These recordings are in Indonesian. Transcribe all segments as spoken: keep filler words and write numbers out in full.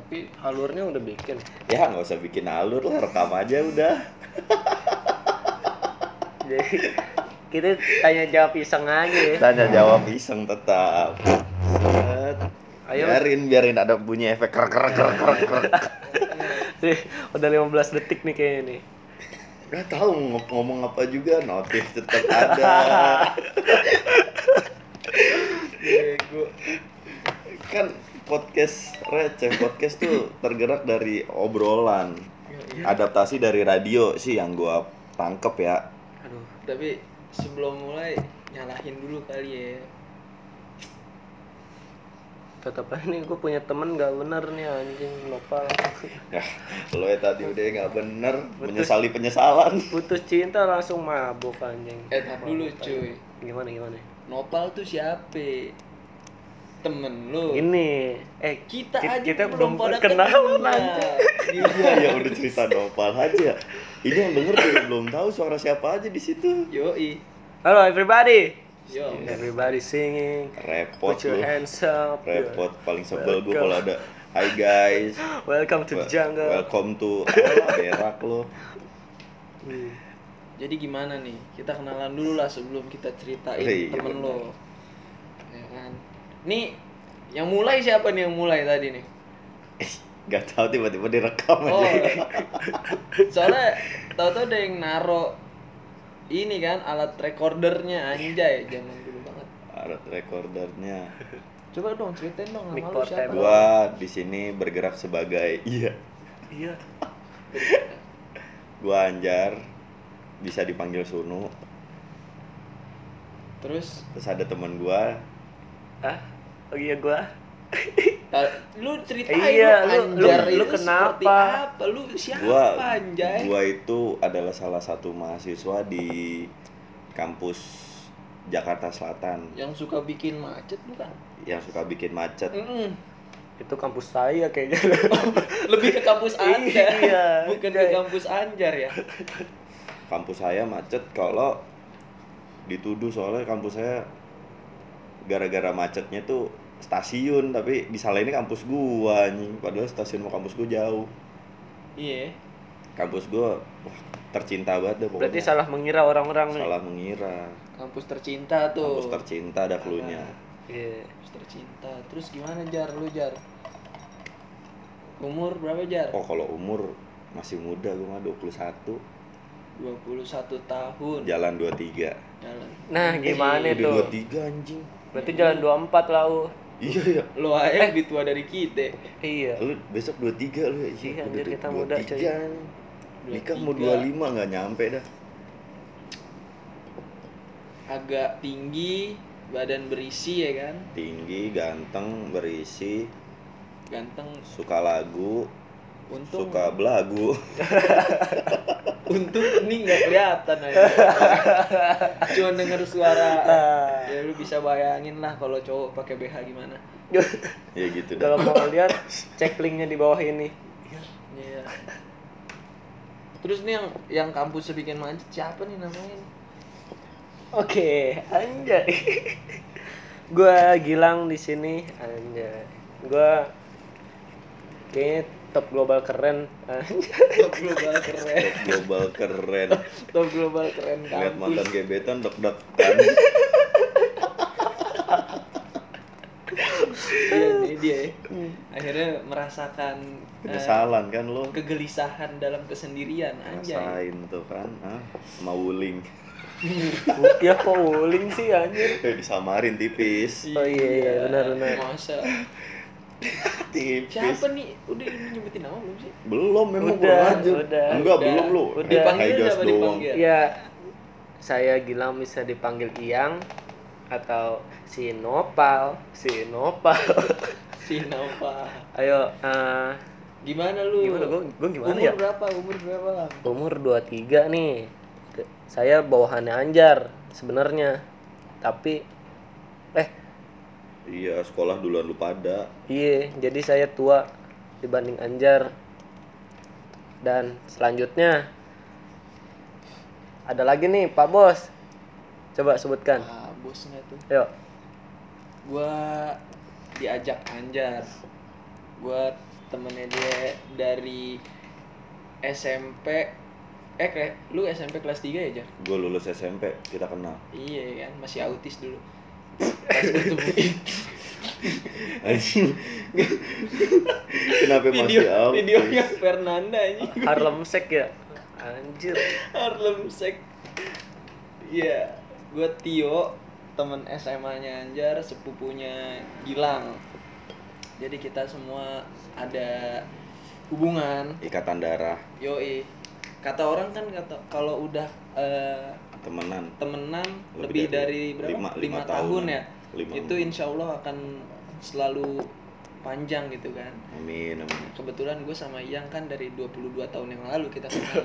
Tapi alurnya udah bikin. Ya nggak usah bikin alur lah, rekam aja udah. Jadi kita tanya jawab iseng aja ya. Tanya jawab iseng tetap. Set. Ayo. Biarin, biarin ada bunyi efek krek krek krek krek krek. Nih, udah lima belas detik nih kayaknya nih. Gak tahu ng- ngomong apa juga, notif tetap ada. Bego. Kan podcast receh, podcast tuh tergerak dari obrolan. Adaptasi dari radio sih yang gua tangkep ya. Aduh, tapi sebelum mulai nyalahin dulu kali ya. Tetap aja nih gue punya temen gak bener nih anjing nopal. Ya, lo ya tadi udah nggak bener, menyesali penyesalan. Putus cinta langsung mabuk anjing. Eh, tar dulu cuy. Gimana gimana? Nopal tuh siapa? Temen lu. Ini, eh Kita ki- aja kita belum belum pada kenalan kenal. anjing. Iya, ya udah cerita Nopal aja. Ini yang denger juga belum tahu suara siapa aja di situ. Yoi. Halo everybody. Yo. Everybody singing. Repot Put your lu. hands up. Repot, paling sebel gue Welcome. kalau ada hi guys. Welcome to the Wel- jungle. Welcome to alah, berak lo. Hmm. Jadi gimana nih? Kita kenalan dulu lah sebelum kita ceritain Iya, temen bener. lo. Ya kan. Nih, yang mulai siapa nih yang mulai tadi nih? Gak tahu tiba-tiba direkam Oh. aja. Soalnya tahu-tahu ada yang naro ini kan alat recordernya anjay zaman dulu banget. Alat recordernya. Coba dong ceritain dong Mic nama lu siapa? portable. Gua di sini bergerak sebagai iya. Iya. Gua Anjar, bisa dipanggil Sunu. Terus Terus ada teman gua. Ah, oh iya gua. ta- lu ceritain Iya, lu lu- Anjar lu- lu itu kenapa? seperti apa? Lu siapa Gua anjay? gua itu adalah salah satu mahasiswa di kampus Jakarta Selatan Yang suka bikin macet bukan? yang suka bikin macet. Mm-mm. Itu kampus saya kayaknya. Lebih ke kampus Anda. Iya, Bukan ke anjay. kampus Anjar ya. Kampus saya macet kalau dituduh, soalnya kampus saya gara-gara macetnya tuh stasiun, tapi disalahin kampus gua anjing, padahal stasiun sama kampus gua jauh. Iya. Kampus gua wah, tercinta banget deh pokoknya. Berarti salah mengira orang-orang nih. Salah mengira. Kampus tercinta tuh. Kampus tercinta ada cluenya. Iya. Kampus tercinta. Terus gimana Jar lu Jar? Umur berapa Jar? Oh, kalau umur masih muda, gua mah dua puluh satu, dua puluh satu tahun. jalan dua puluh tiga. Jalan. Nah, gimana Udah itu? dua puluh tiga anjing. Berarti jalan dua puluh empat lah. uh. Iya ya. Lu aja lebih tua dari kita. Iya. Lu besok dua puluh tiga lu ya. Iya, Udah anjir, du- kita dua puluh muda, tiga, coy. anjing. Nikah mau dua puluh tiga. dua puluh lima enggak nyampe dah. Agak tinggi, badan berisi ya kan? Tinggi, ganteng, berisi, Ganteng. suka lagu, Untung suka belagu. untung ini nggak kelihatan aja. Cuma denger suara. Ya lu bisa bayangin lah kalau cowok pakai B H gimana. Ya gitu Kalau dah. mau lihat, cek linknya di bawah ini. Iya. Terus nih yang yang kampus bikin macet siapa nih namanya? Oke, anjay. Gua Gilang di sini, anjay. Gua kayaknya top global keren. Anjay. Top global keren. Global keren. Top global keren Lihat kampus. mantan gebetan deg-degan. Iya ini dia. ya. Akhirnya merasakan eh, Penyesalan kan lo. kegelisahan dalam kesendirian anjay. Rasain tuh kan, ah, sama wuling. Ya kok wuling sih anjir. Eh, disamarin tipis. Oh iya, iya, benar-benar. Masa Tipis. siapa nih? Udah ini nyebutin nama belum sih? Belum, memang Udah, kurang aja. udah. Enggak, Udah. belum lu. Udah. Dipanggil Hai, Jos siapa doang. dipanggil? Ya, saya Gilang bisa dipanggil Iyang atau si Nopal, si Nopal. Si Nova. Ayo, eh Gimana lu? gimana gua, gua gimana umur ya? berapa? Umur berapa? Umur dua puluh tiga nih. Saya bawahannya Anjar sebenarnya. Tapi eh Iya, sekolah duluan lu pada. iya, jadi saya tua dibanding Anjar. Dan selanjutnya ada lagi nih Pak Bos. Coba sebutkan. Ah, bosnya tuh. Yuk. Gua diajak Anjar. Gua temennya dia dari S M P. Eh kayak lu S M P kelas tiga ya, Jar? Gue lulus S M P, kita kenal. Iya kan, masih autis dulu. Pas gue temuin Anjing. Kenapa video masih out? videonya Fernanda anjing. Harlem Shake ya. Anjir. Harlem Shake. Iya, gue Tio, temen S M A-nya Anjar, sepupunya Gilang. Jadi kita semua ada hubungan. Ikatan darah, Yoi. Kata orang kan kata kalau udah eh, temenan. temenan Lebih lebih, dari dari, berapa? lima- lima lima tahun tahunan. ya. Lima. Itu insya Allah akan selalu panjang gitu kan. Amin, amin. Kebetulan gue sama Iyang kan dari dua puluh dua tahun yang lalu kita kenal.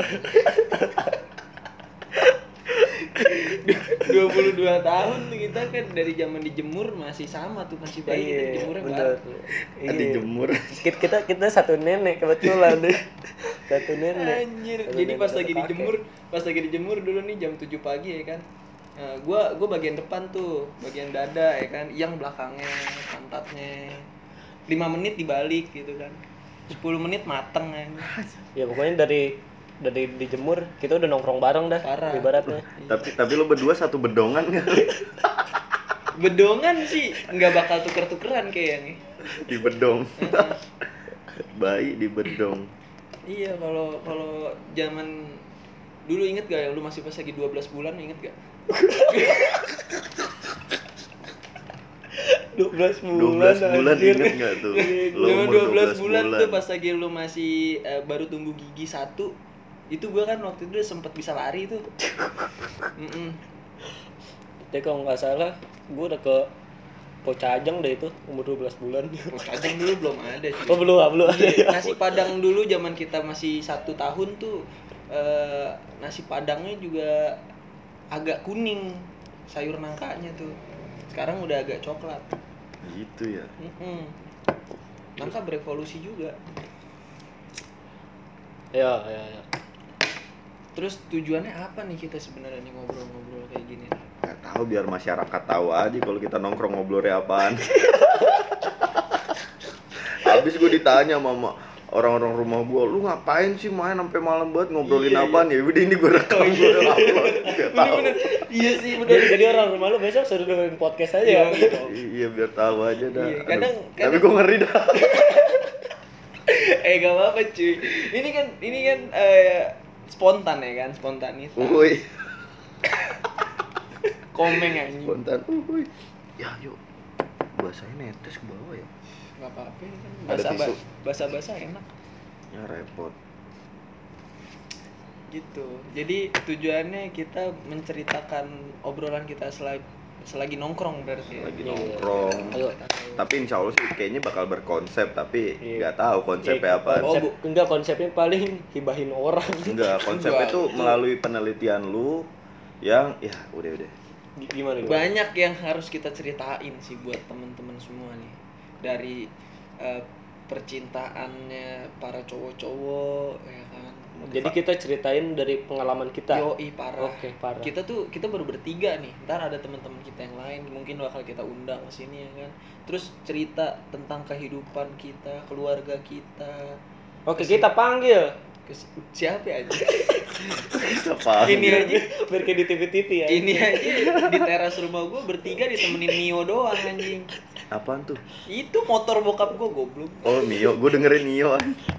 dua puluh dua tahun tuh kita kan dari zaman dijemur masih sama tuh, masih bayi kita dijemurnya bener. bareng. Iya. Dijemur. Kita, kita kita satu nenek kebetulan deh. Satu nenek. Anjir, Satu jadi nenek, pas satu lagi kakek. dijemur, pas lagi dijemur dulu nih jam tujuh pagi ya kan. Nah, gua gua bagian depan tuh, bagian dada ya kan, yang belakangnya, pantatnya. lima menit dibalik gitu kan. sepuluh menit mateng kan. Ya pokoknya dari dari dijemur kita udah nongkrong bareng dah. Parah. Ibaratnya. Tapi tapi lo berdua satu bedongan nggak? Bedongan sih nggak bakal tuker-tukeran kayaknya nih. Di bedong. Bayi di bedong. Iya, kalau kalau zaman dulu inget gak yang lu masih pas lagi dua belas bulan, inget gak? dua belas bulan. dua belas bulan anjir. inget nggak tuh? Lo Zaman umur dua belas bulan tuh pas lagi lu masih eh, baru tumbuh gigi satu, itu gua kan waktu itu sempet bisa lari tuh. Mm-mm. Tapi kalau nggak salah, gue udah ke Pocajang deh itu umur dua belas bulan. Pocajang dulu belum ada sih. Oh belum, belum ada. Iya, Ya. nasi padang dulu zaman kita masih satu tahun tuh eh, nasi padangnya juga agak kuning sayur nangkanya tuh. Sekarang udah agak coklat. Gitu ya. Mm-mm. Nangka berevolusi juga. Ya, ya, ya. Terus tujuannya apa nih kita sebenarnya nih ngobrol-ngobrol kayak gini? Nggak tahu, biar masyarakat tahu aja kalau kita nongkrong ngobrolnya apaan. Habis gue ditanya sama orang-orang rumah gue, lu ngapain sih main sampai malam banget ngobrolin Iya, apaan? Ya udah ini gue rekam, gue upload, biar tahu. Bener-bener. Iya sih Jadi, bener. jadi orang rumah lu besok suruh dengerin podcast aja. Iya, Ya. gitu. Iya biar tahu aja dah. Iya, Aduh, kadang- tapi kadang- gue ngeri dah. Eh gak apa-apa cuy. Ini kan ini kan eh, spontan ya kan, spontanitas. Uy, Komeng anjing. spontan. Uy. Ya yuk, bahasanya netes ke bawah ya. Gak apa-apa ini kan. Ada Bahasa tisu. bahasa-bahasa enak Ya repot. gitu. Jadi tujuannya kita menceritakan obrolan kita selagi selagi nongkrong berarti. ya. Lagi Iya. nongkrong. Ayo. Tapi insya Allah sih kayaknya bakal berkonsep, tapi Iya. nggak tahu konsepnya apa. Oh, Konsep, bu- enggak konsepnya paling hibahin orang. Enggak, konsepnya Enggak, tuh itu- melalui penelitian lu yang ya udah udah. G- Gimana gimana? Banyak yang harus kita ceritain sih buat teman-teman semua nih. Dari eh, percintaannya para cowok-cowok ya kan. Jadi kita ceritain dari pengalaman kita. Yoi parah. Oke, parah. Kita tuh kita baru bertiga nih. Ntar ada teman-teman kita yang lain mungkin bakal kita undang ke sini ya kan. Terus cerita tentang kehidupan kita, keluarga kita. Oke, kita panggil. Ke siapa ya aja? Apa? Ini aja. Biar kayak di T V T V ya. Ini aja di teras rumah gue bertiga ditemenin Mio doang anjing. Apaan tuh? Itu motor bokap gue goblok. Oh Mio, gue dengerin Mio.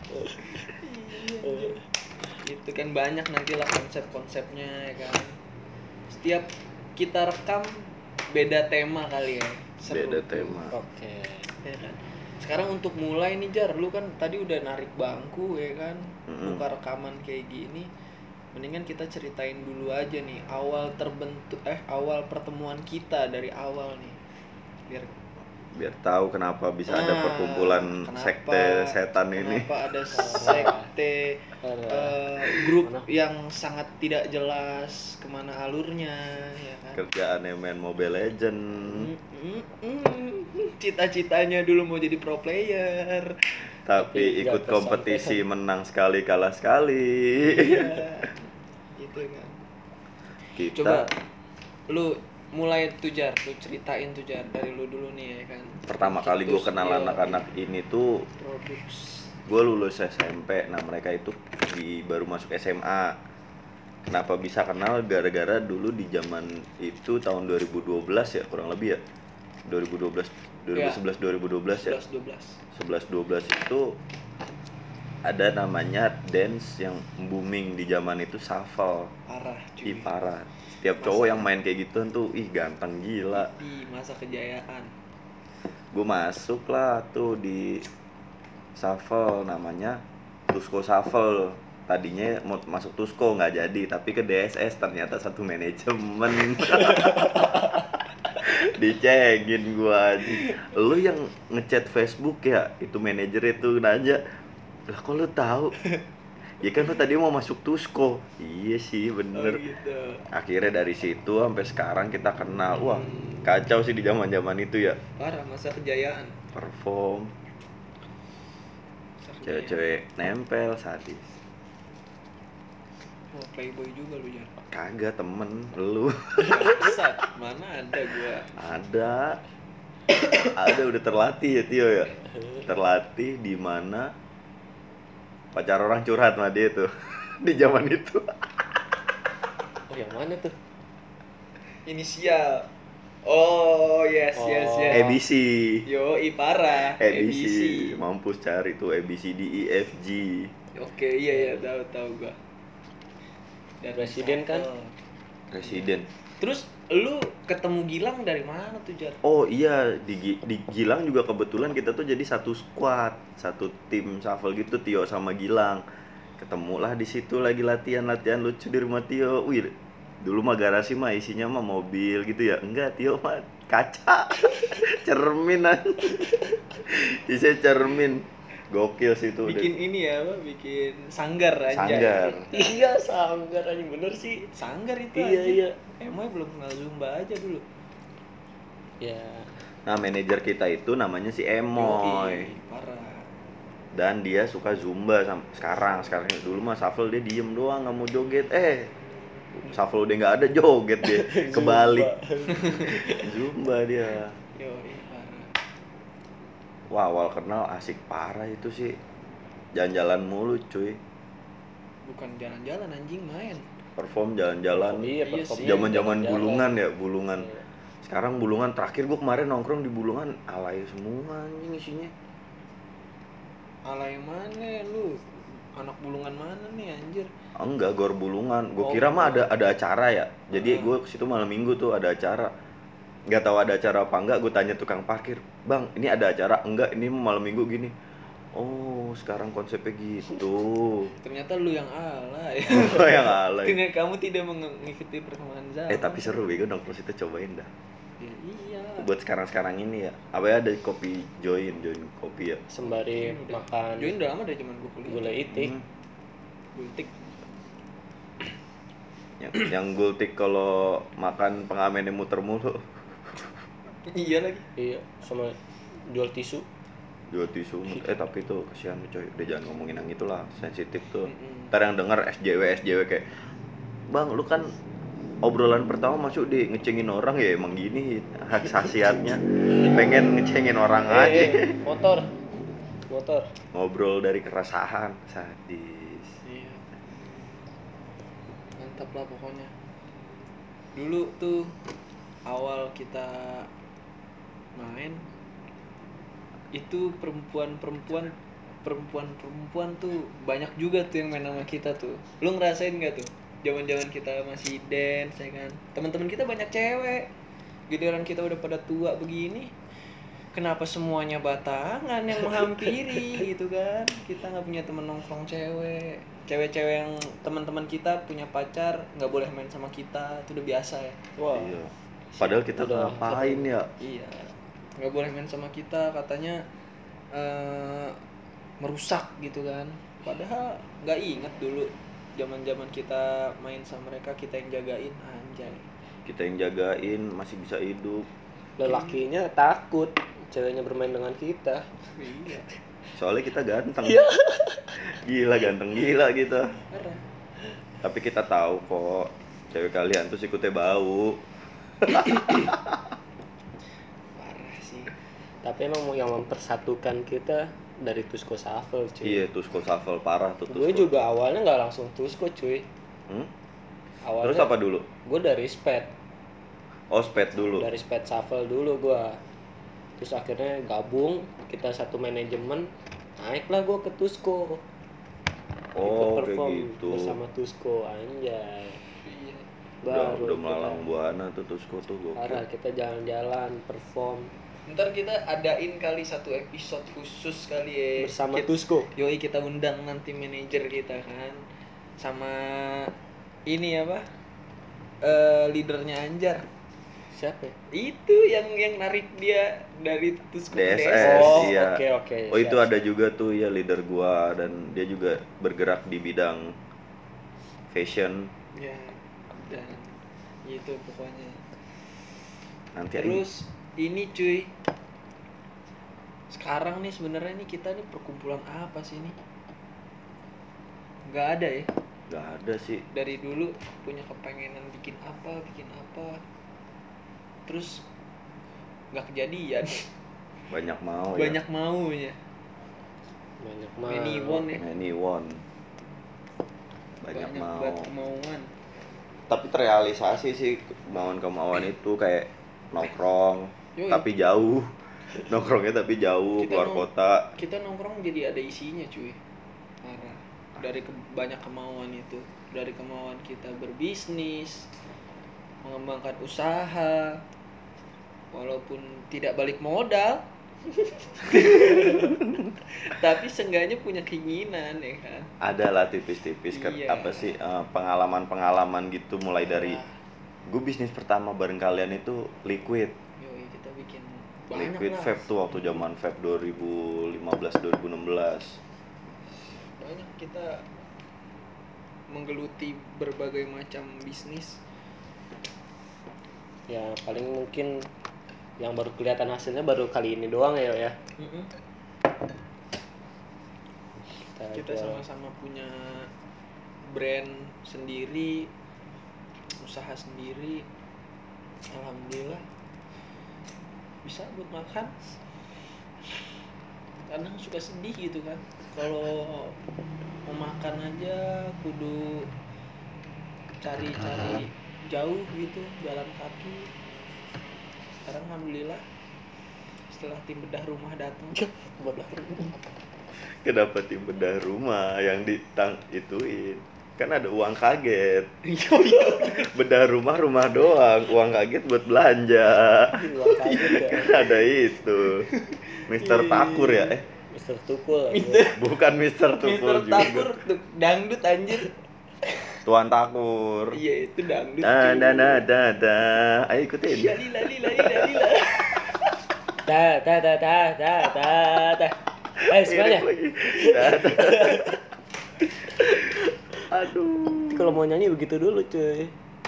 Itu kan banyak nantilah konsep-konsepnya ya kan. Setiap kita rekam beda tema kali ya. Seru. Beda tema. Oke. Ya kan. Sekarang untuk mulai nih Jar, lu kan tadi udah narik bangku ya kan. Mm-mm. Buka rekaman kayak gini. Mendingan kita ceritain dulu aja nih awal terbentuk eh awal pertemuan kita dari awal nih. Biar Biar tahu kenapa bisa ada Ah, perkumpulan kenapa- sekte setan ini. Kenapa ada sekte eh, grup Mana? yang sangat tidak jelas kemana alurnya ya kan. Kerjaannya main Mobile Legend. Mm, mm, mm. Cita-citanya dulu mau jadi pro player. Tapi Tapi ikut nggak kompetisi menang sekali kalah sekali. Iya. Gitu kan. Kita Coba lu mulai tuh Jar, lu ceritain tuh Jar dari lu dulu nih ya kan. pertama kali gue Terus, kenal iya, anak-anak ini tuh produk gue lulus S M P, nah mereka itu di baru masuk S M A. Kenapa bisa kenal? Gara-gara dulu di zaman itu tahun dua ribu dua belas ya, kurang lebih ya, dua ribu dua belas dua ribu sebelas dua ribu dua belas ya, sebelas dua belas sebelas dua belas itu ada namanya dance yang booming di zaman itu, shuffle. parah Ih cuy. parah, setiap cowok yang main kayak gituan tuh ih ganteng gila. Di masa kejayaan. Gue masuk lah tuh di shuffle, namanya Tusko Shuffle. Tadinya mau masuk Tusko nggak jadi, tapi ke D S S ternyata satu manajemen. Dicengin gua aja. Lu yang ngechat Facebook ya, itu manajer itu nanya, lah kok lu tahu? Ya kan lu tadi mau masuk Tusko. Iya sih bener. Oh gitu. Akhirnya dari situ sampai sekarang kita kenal. Wah kacau sih di zaman-zaman itu ya. Parah, masa kejayaan. Perform, Masa kejayaan. cewek-cewek nempel, sadis. Oh, playboy juga lu ya. Kagak temen lu. Bangsat, mana ada gua. Ada. Ada udah terlatih ya Tio ya. Terlatih di mana pacar orang curhat sama dia tuh di zaman itu. Oh yang mana tuh? Inisial. Oh, yes, Oh. yes, yes. A B C. Yo, i parah. A B C. Mampus cari tuh A B C D E F G. Oke, iya ya, tahu tahu gua. Dan Presiden kan? shuffle. Presiden. Terus lu ketemu Gilang dari mana tuh, Jar? Oh iya, di, Gi- di Gilang juga kebetulan kita tuh jadi satu squad, satu tim shuffle gitu, Tio sama Gilang. Ketemulah di situ lagi latihan-latihan lucu di rumah Tio. Wih, dulu mah garasi mah isinya mah mobil gitu ya. Enggak, Tio mah kaca. Cermin aja. Isinya cermin. Gokil sih itu. Bikin ini ya, apa? Bikin sanggar aja. Sanggar. Iya sanggar anjing bener sih. Sanggar itu Iya, aja. iya. Emang belum kenal Zumba aja dulu. Ya. Nah, manajer kita itu namanya si Emoy. Yoi, parah. Dan dia suka Zumba sam- sekarang. Sekarang dulu mah shuffle dia diem doang, nggak mau joget. Eh, shuffle udah nggak ada, joget dia. Kebalik. Zumba dia. Yoi, parah. Wah, awal kenal asik parah itu sih. Jalan-jalan mulu cuy. Bukan jalan-jalan anjing, main. Perform jalan-jalan. Iya, Iya perform sih. Zaman-zaman jalan-jalan. bulungan ya, bulungan. Iya. Sekarang bulungan, terakhir gua kemarin nongkrong di bulungan alay semua anjing isinya. Alay mana lu? Anak bulungan mana nih anjir? Enggak, gor bulungan. Gue Oh. kira mah ada ada acara ya. Jadi Hmm. gue ke situ malam minggu tuh ada acara. Nggak tahu ada acara apa enggak, gue tanya tukang parkir, "Bang, ini ada acara?" "Enggak, ini malam minggu gini." Oh, sekarang konsepnya gitu. Ternyata lu yang alay. Gue yang alay. Dengan kamu tidak mengikuti perkembangan zaman. Eh, tapi seru bego nongkrong situ, cobain dah. Ya, iya. Buat sekarang-sekarang ini ya. Apa ya, ada kopi join, join kopi ya. Sembari Join udah- makan Join udah lama dari zaman gua kuliah. gulai itik. Hmm. Gultik. Yang, yang gultik kalau makan pengamennya muter mulu. Iya lagi. Iya, sama jual tisu. Jual tisu, eh tapi itu kasihan tuh coy, udah jangan ngomongin yang itulah, sensitif tuh. Mm-mm. Ntar yang denger S J W S J W kayak, "Bang, lu kan obrolan pertama masuk di ngecengin orang ya, emang gini hak khasiatnya, pengen ngecengin orang Eh, aja." eh, motor. Motor. Ngobrol dari keresahan, sadis. Iya. Mantap lah pokoknya. Dulu tuh awal kita main itu perempuan-perempuan perempuan-perempuan tuh banyak juga tuh yang main sama kita tuh. Lu ngerasain gak tuh? Zaman-zaman kita masih dance ya kan. Teman-teman kita banyak cewek. Giliran kita udah pada tua begini, kenapa semuanya batangan yang menghampiri gitu kan? Kita nggak punya temen nongkrong cewek. Cewek-cewek yang teman-teman kita punya pacar nggak boleh main sama kita, itu udah biasa ya. Wah. Iya. Padahal kita Udah ngapain ya? Iya, nggak boleh main sama kita, katanya eh, merusak gitu kan. Padahal nggak inget dulu zaman-zaman kita main sama mereka, kita yang jagain, anjay. Kita yang jagain masih bisa hidup. Lelakinya takut ceweknya bermain dengan kita. Iya, Soalnya kita ganteng. Iya. Gila ganteng gila kita. parah. Tapi kita tahu kok cewek kalian tuh sikutnya bau. Parah sih. Tapi emang yang mempersatukan kita dari Tusko Shuffle cuy. Iya, Tusko Shuffle parah tuh Tusko. Gue juga awalnya nggak langsung Tusko cuy. Hmm? Awalnya Terus apa dulu? gue dari Sped. Oh, Sped dulu. Dari Sped Shuffle dulu gue. Terus akhirnya gabung, kita satu manajemen, naiklah gue ke Tusko. Oh, Ikut kayak perform gitu. bersama Tusko, anjay. Iya. Udah, Baru udah kita- melalang buana tuh Tusko tuh Parah, gokil. kita jalan-jalan, perform Ntar kita adain kali satu episode khusus kali ya. bersama Kita- Tusko. Yoi, kita undang nanti manajer kita kan. Sama ini apa? Eh leadernya Anjar. Siapa ya? Itu yang yang narik dia dari Tusko D ke S D S, S. Oh, iya. oke, oke. Oh, itu Siap, ada juga tuh ya leader gua dan dia juga bergerak di bidang fashion. Ya, dan itu pokoknya. Nanti Terus ini cuy, sekarang nih sebenarnya nih kita nih perkumpulan apa sih nih? Nggak ada ya. nggak ada sih. Dari dulu punya kepengenan bikin apa, bikin apa, terus nggak kejadian. Banyak mau Banyak maunya. Banyak mah. Many one ya. ya. Anyone. Banyak, Banyak mau. banget kemauan. Tapi terrealisasi sih kemauan-kemauan itu kayak nongkrong Yoi. tapi jauh. Nongkrongnya tapi jauh Kita keluar nong- kota. Kita nongkrong jadi ada isinya cuy. Parah. Dari ke- banyak kemauan itu, dari kemauan kita berbisnis, mengembangkan usaha, walaupun tidak balik modal, tapi seenggaknya punya keinginan ya kan. Ada lah tipis-tipis kan Iya. apa sih eh, pengalaman-pengalaman gitu mulai dari Nah, gue bisnis pertama bareng kalian itu Liquid. yoi, kita bikin banyak Liquid lah. Vape tuh waktu zaman Vape dua ribu lima belas dua ribu enam belas. Banyak kita menggeluti berbagai macam bisnis. Ya paling mungkin yang baru kelihatan hasilnya baru kali ini doang ya ya. Kita, Kita jual. sama-sama punya brand sendiri, usaha sendiri. Alhamdulillah bisa buat makan. Kadang suka sedih gitu kan, kalau mau makan aja kudu cari-cari jauh gitu, jalan kaki. Sekarang alhamdulillah setelah tim bedah rumah datang, Bedah. Kenapa tim bedah rumah yang ditang ituin? Kan ada uang kaget. Bedah rumah rumah doang, uang kaget buat belanja. Uang kaget ya. Kan ada itu. Mister Takur ya? Eh, Mister Tukul. Mister bukan Mister Tukul Mister Takur juga. tuh dangdut anjir. Tuan Takur. Iya itu dangdut. Da cuy. da da da da. Ayo ikutin. Iya, lila lila lila lila. Ta ta ta ta ta ta ta. Eh semuanya. Mirip lagi. Da, da. Aduh. Kalau mau nyanyi begitu dulu cuy.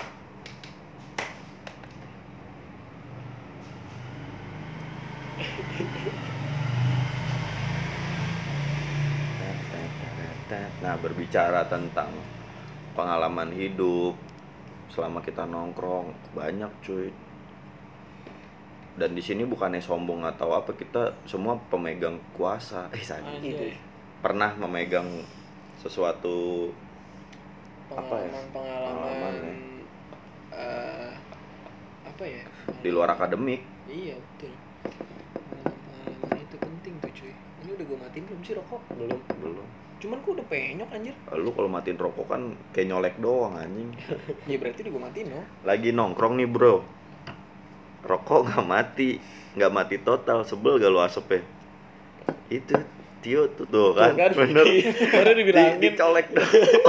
Nah, berbicara tentang pengalaman hidup selama kita nongkrong banyak cuy. Dan di sini bukannya sombong atau apa, kita semua pemegang kuasa. Eh, saya Anjay. pernah memegang sesuatu apa ya? Pengalaman-pengalaman Pengalaman ya. eh, apa ya? Di luar akademik. Iya betul. Pengalaman itu penting tuh cuy. Ini udah gue matiin belum sih rokok? Belum. Belum. Cuman gue udah penyok anjir. Lu kalau matiin rokok kan kayak nyolek doang anjing. Ya berarti udah gue matiin dong. Lagi nongkrong nih bro, rokok nggak mati, nggak mati total, sebel gak lu asepnya? Itu Tio tuh tuh kan, Tuh kan, bener. baru Di, dibilangin. dicolek dong.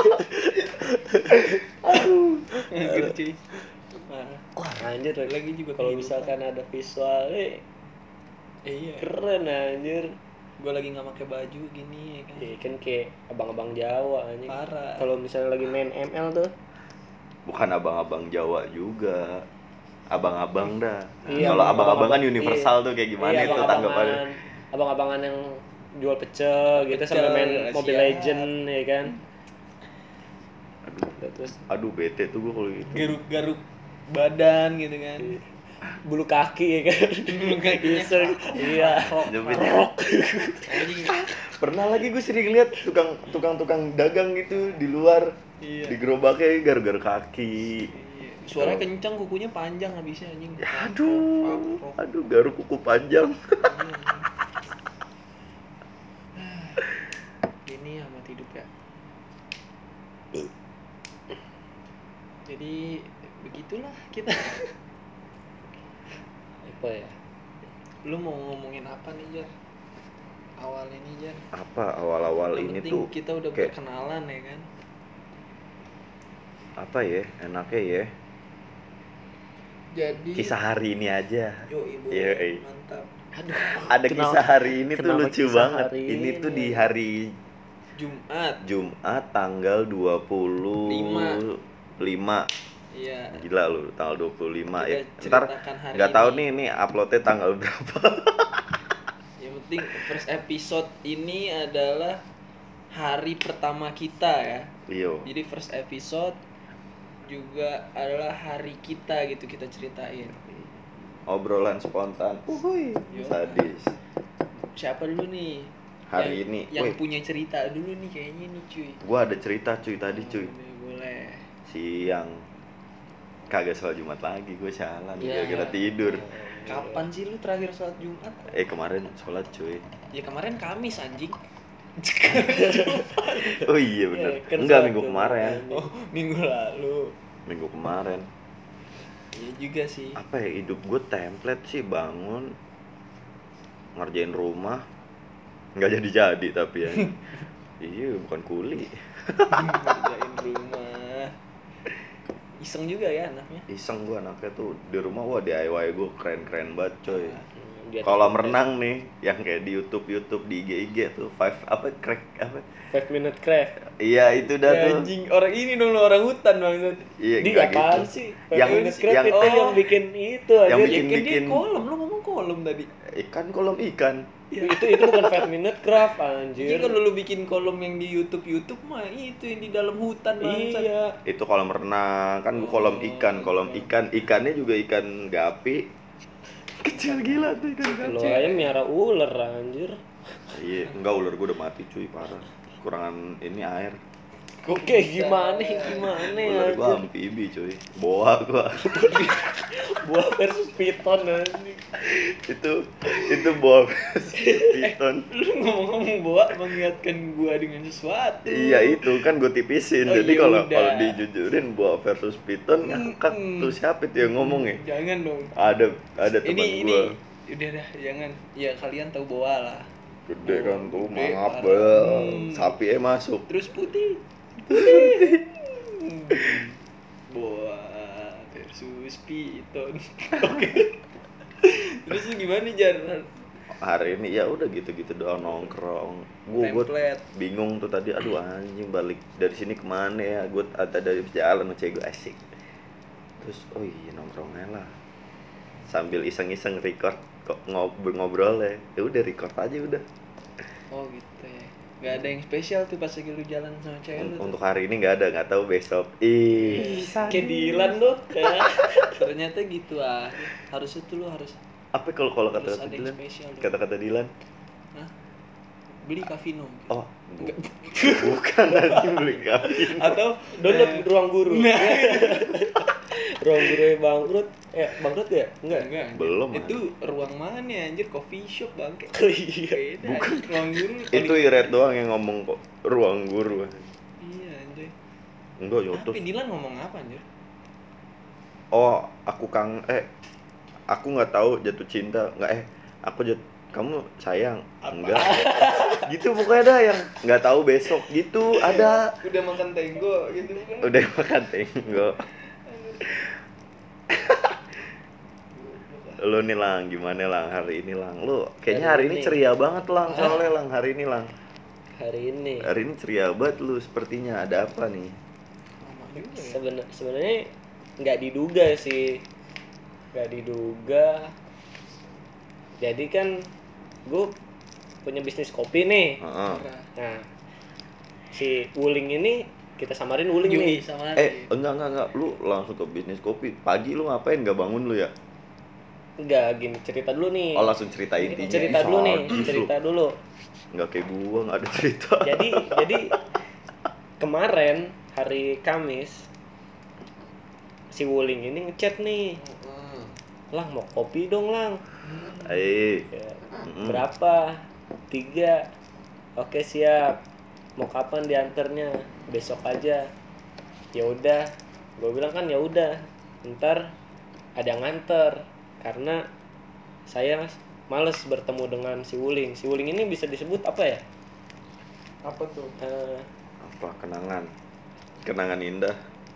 Anjir cuy. Nah, Wah anjir lagi juga kalau kehidupan. misalkan ada visual eh, Eh, iya. keren anjir. Gue lagi nggak pakai baju gini ya kan. Ya kan kayak abang-abang Jawa anjing. Parah. Kalau misalnya lagi main M L tuh. Bukan abang-abang Jawa juga, abang-abang dah. Iya, Kalau abang-abang kan abang-abang. universal Iya. tuh kayak gimana Iya, itu abang-abangan- tanggapannya? Abang-abangan yang jual pecel gitu Pecel, sambil main siap. Mobile Legend ya kan. Aduh, Terus aduh bete tuh gue kalau gitu. Garuk-garuk badan gitu kan. bulu kaki ya kan. Bulu kakinya Iseng. Iya. Jepitnya. anjing. Pernah lagi gue sering lihat tukang tukang tukang dagang gitu di luar. Iya. Di gerobaknya gara-gara kaki. Iya. Suaranya kencang, kukunya panjang habisnya anjing. Aduh, aduh garuk kuku panjang. Ini amat hidup ya. Jadi begitulah kita. Apa ya? Lu mau ngomongin apa nih, Jar? Awal ini, Jar. Apa awal-awal Yang ini penting tuh kita udah kayak berkenalan ya kan. apa ya? Enaknya ya. Jadi Kisah hari ini aja. Yo, Ibu. Yoi. Mantap. Aduh. Ada Kenapa- kisah hari ini tuh kenapa lucu kisah banget. hari Ini tuh ini? di hari Jumat. Jumat tanggal dua puluh lima. Iya. Gila lu, tanggal dua puluh lima Kita ya. Ntar ceritakan hari nggak tahu ini. nih ini uploadnya tanggal berapa. Yang penting first episode ini adalah hari pertama kita ya. Iyo. Jadi first episode juga adalah hari kita gitu kita ceritain. Obrolan spontan. Uhuy. Yo. Sadis. Siapa dulu nih? Hari yang, ini, yang woi. punya cerita dulu nih kayaknya nih cuy. Gua ada cerita cuy tadi cuy. Boleh, boleh. Siang. Kagak sholat Jumat lagi, gue sialan Iya. gara-gara tidur. Kapan sih lu terakhir sholat Jumat? Eh kemarin sholat cuy. Ya kemarin Kamis anjing. Oh iya bener. Ya, kan Enggak sholat minggu Jumat. kemarin. Oh, minggu lalu. Minggu kemarin. Iya juga sih. Apa ya, hidup gue template sih, bangun ngerjain rumah nggak jadi-jadi tapi ya. Iya bukan kuli. Ngerjain rumah. Iseng juga ya anaknya. Iseng gue anaknya tuh di rumah, wah D I Y gue keren-keren banget coy. Hmm, di atas Kolam konten. renang nih yang kayak di YouTube YouTube di I G I G tuh five apa crack apa. Five minute craft. Iya itu dah Ya, tuh. anjing orang ini dong lu orang hutan banget. Iya Di enggak apaan gitu. sih? Yang- Five minute craft yang- itu oh. yang bikin itu aja. Yang Ya bikin- kan dia bikin- kolom, lu ngomong kolom tadi. Ikan kolam ikan. itu itu bukan five minute craft Jadi anjir. kalau lu bikin kolom yang di YouTube YouTube mah itu yang di dalam hutan bangsat. Iya. Itu kolam renang, kan gua kolam ikan, kolam ikan, ikannya juga ikan gapi. Kecil gila tuh ikan Lo gapi. aja miara ular anjir. Iya, enggak ular gua udah mati cuy, parah. Kurangan ini air. Oke, gimana gimana Ular gua anjir. amfibi cuy. Boa gua. Buah versus piton anjir. itu itu boa versus piton. Lu ngomong-ngomong bawa mengingatkan gua dengan sesuatu. Iya itu kan gue tipisin. Oh, Jadi iya kalau udah. kalau dijujurin boa versus piton ngakak Hmm. tuh siapa itu yang ngomong ya? Jangan dong. Ada ada teman Ini ini gua. udah dah jangan. Ya kalian tahu boa lah. Gede kan tuh, Gede, maaf parah. bel. Hmm. Sapi eh masuk. Terus putih. Putih. Boa versus piton. Oke. Terus lu gimana Jar? Hari ini ya udah gitu-gitu doang nongkrong. Gua gua Template. bingung tuh tadi, aduh anjing balik dari sini kemana ya? Gue ada dari jalan sama cewek gue asik. Terus oh iya nongkrongnya lah. Sambil iseng-iseng record kok ngobrol-ngobrol ya. Ya udah record aja udah. Oh gitu ya. Gak ada yang spesial tuh pas lagi lu jalan sama cewek lu. tuh. Untuk hari ini nggak ada, nggak tahu besok. Ih, Kayak Dilan tuh. Kayak Ternyata gitu ah. Harusnya tuh lu harus apa kalau kalau harus kata-kata ada yang Dilan? spesial. tuh. Kata-kata Dilan. Hah? Beli Kavino. Oh, bu- bukan nanti beli kopi. Atau download eh, ruang guru. Nah. Ruang guru bangkrut. Eh, bangkrut ya? Enggak. Enggak, anjir. Belum, Itu ruang mana anjir? Coffee shop bangke. Oh iya. Beda. anjir. Ruang guru. Itu Iret doang yang ngomong kok ruang guru. Iya anjir. Enggak, ya Tapi terus. Dilan ngomong apa anjir? Oh, aku kang eh aku nggak tahu jatuh cinta. Nggak eh aku jat kamu sayang. Enggak. Gitu pokoknya ada yang nggak tahu besok gitu ada. Udah makan tenggo gitu kan. Udah makan tenggo. Lu nih Lang, gimana Lang hari ini Lang? Lu kayaknya hari Hari ini ini. ceria banget Lang, soalnya Lang hari ini Lang. Hari ini Hari ini ceria banget lu sepertinya, ada apa nih? Lama juga ya. Seben- sebenarnya nggak diduga sih. Nggak diduga. Jadi kan gue punya bisnis kopi nih. Heeh. Parah. Nah, si Wuling ini kita samarin Wuling Yui nih. sama Eh, enggak enggak enggak, lu langsung ke bisnis kopi. Pagi lu ngapain, nggak bangun lu ya? Enggak, gini cerita dulu nih. Oh langsung cerita intinya. Cerita dulu nih, Sadis lu. cerita dulu. Nggak kayak gua, nggak ada cerita. Jadi jadi kemarin hari Kamis si Wuling ini ngechat nih. Lang mau kopi dong Lang. Eh, Ya, Mm-mm. berapa? Tiga. Oke siap. Mau kapan diantarnya? Besok aja. Ya udah. Gue bilang kan ya udah. Ntar ada yang nganter. Karena saya males bertemu dengan si Wuling. Si Wuling ini bisa disebut apa ya? Apa tuh? Eh, apa kenangan? Kenangan indah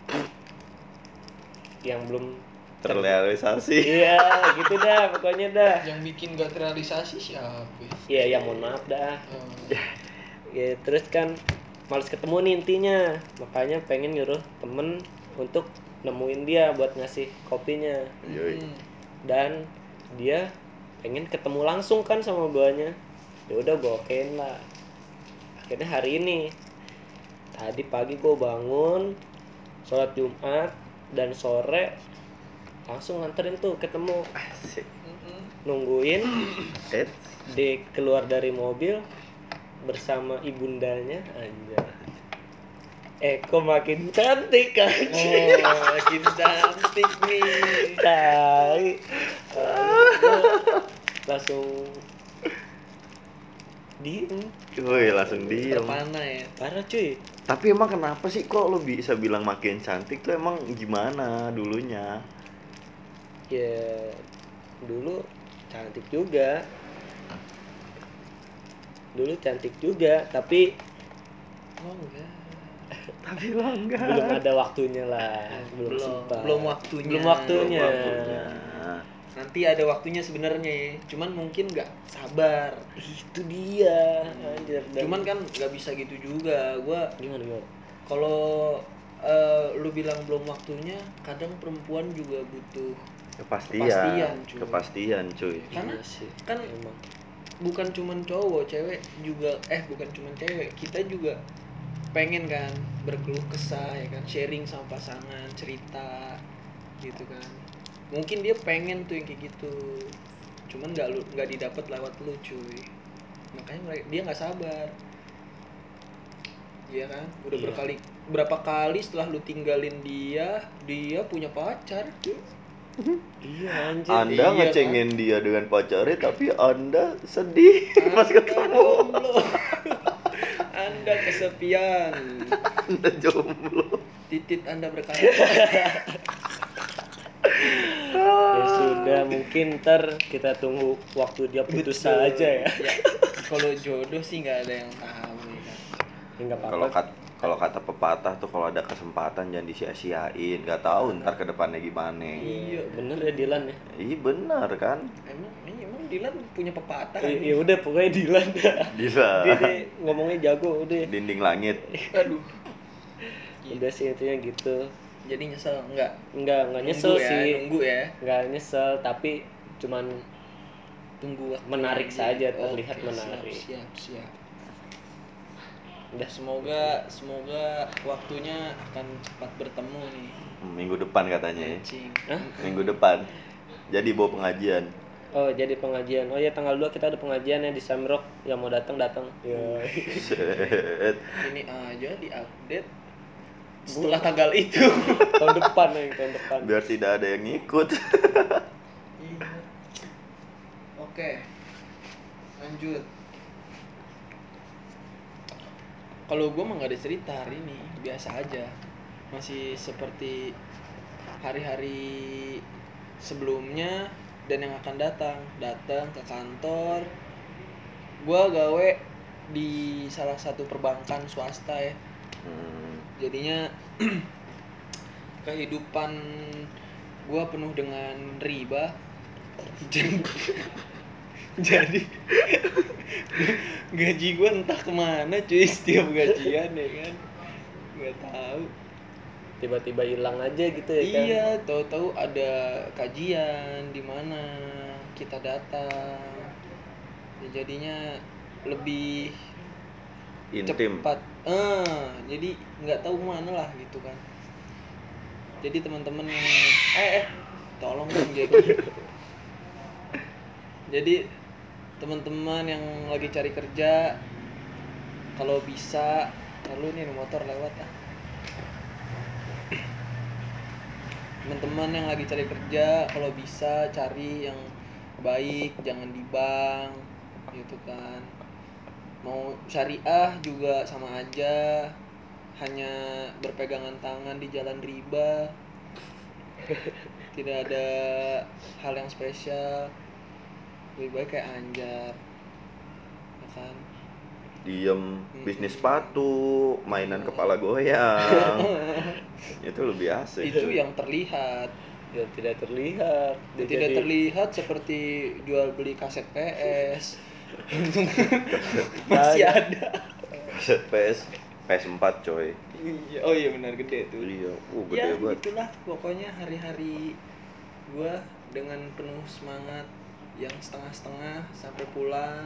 yang belum terrealisasi. Iya, gitu dah pokoknya dah. Yang bikin gak terrealisasi siapa? Iya, ya mohon maaf dah. Oh. Ya, terus kan males ketemu nih intinya. Makanya pengen nyuruh temen untuk nemuin dia buat ngasih kopinya. Yoi. Hmm. Dan dia pengen ketemu langsung kan sama guanya. Ya udah gue okein lah. Akhirnya hari ini tadi pagi gue bangun sholat Jumat dan sore langsung nganterin tuh ketemu, Asik. Mm-mm. nungguin Eh, di keluar dari mobil bersama ibundanya anjay. Eko makin cantik kan. Oh, makin cantik nih. Tai. Gua langsung diem. Woi, langsung diem. Terpana ya. Parah cuy. Tapi emang kenapa sih kok lo bisa bilang makin cantik tuh emang gimana dulunya? Ya dulu cantik juga. Dulu cantik juga, tapi Oh enggak. Tapi lo enggak. belum ada waktunya lah. Belum, Belum, sempat. belum waktunya. Belum waktunya. Belum waktunya. Nanti ada waktunya sebenarnya ya. Cuman mungkin nggak sabar. Itu dia. Anjir. Dan- Cuman kan nggak bisa gitu juga. Gua gimana gimana? kalau eh, lu bilang belum waktunya, kadang perempuan juga butuh Kepastian. Kepastian, cuy. Kepastian, cuy. Karena Iya sih, kan emang. bukan cuman cowok, cewek juga eh bukan cuman cewek, kita juga pengen kan berkeluh kesah ya kan, sharing sama pasangan, cerita gitu kan. Mungkin dia pengen tuh yang kayak gitu. Cuman nggak lu nggak didapat lewat lu, cuy. Makanya mereka, dia nggak sabar. Iya kan? Udah Iya. berkali berapa kali setelah lu tinggalin dia, dia punya pacar. Iya anjir. Anda Iya, ngecengin dia dengan pacarnya tapi Anda sedih pas Anda ketemu. jomblo. Anda kesepian. Anda jomblo. Titit Anda berkata. Ya sudah, mungkin ntar kita tunggu waktu dia putus Betul. saja ya. Ya, kalau jodoh sih nggak ada yang tahu ya kan. Ya nggak Kalau apa-apa. kat, kalau kata pepatah tuh kalau ada kesempatan jangan disia-siain. Gak tahu ntar ke depannya gimana. Iya, bener ya Dilan ya. Iya benar kan? Emang ini emang Dilan punya pepatah. Ya, ini? ya udah pokoknya Dilan. Bisa. Dia deh ngomongnya jago udah. Dinding langit. Aduh. Udah sih intinya gitu. Jadi nyesel enggak? Enggak, enggak nyesel Nunggu ya, sih. Nunggu ya. Enggak nyesel, tapi cuman Tunggu waktu Menarik aja. saja, terlihat Oke, menarik. Siap, siap, siap. udah Semoga semoga waktunya akan cepat bertemu nih. Minggu depan katanya ya. Anjing. Hah? Minggu depan. Jadi bawa pengajian. Oh, jadi pengajian. Oh ya tanggal dua kita ada pengajian ya di Samrock. Yang mau datang datang. Ya. Set. Ini aja di-update setelah tanggal itu. tahun depan nih, tahun depan. Biar tidak ada yang ngikut. Iya. Oke. Lanjut. Kalau gue mah gak ada cerita hari ini, biasa aja. Masih seperti hari-hari sebelumnya dan yang akan datang. Datang ke kantor. Gue gawe di salah satu perbankan swasta ya. Hmm. Jadinya kehidupan gue penuh dengan riba. Jadi gaji gue entah kemana cuy setiap gajian ya kan, nggak tahu. Tiba-tiba hilang aja gitu ya kan. Iya, tahu-tahu ada kajian di mana kita datang, ya, jadinya lebih Intim. cepat. Eh, jadi nggak tahu kemana lah gitu kan. Jadi teman-teman yang eh eh tolong dong jadi Jadi teman-teman yang lagi cari kerja, kalau bisa, lalu nih ada motor lewat ah. Teman-teman yang lagi cari kerja, kalau bisa cari yang baik, jangan di bank, gitu kan. Mau syariah juga sama aja, hanya berpegangan tangan di jalan riba, tidak ada hal yang spesial, lebih baik kayak Anjar, ya kan? Diem, bisnis sepatu, mainan kepala goyang. Itu lebih asik. Itu yang terlihat. Ya tidak terlihat. Dia Tidak jadi- terlihat seperti jual beli kaset P S. Masih ada. Kaset P S P S empat coy. Iya, oh iya benar gede tuh. Iya, uh Ya gede banget. gitulah pokoknya hari-hari gua dengan penuh semangat yang setengah-setengah sampai pulang.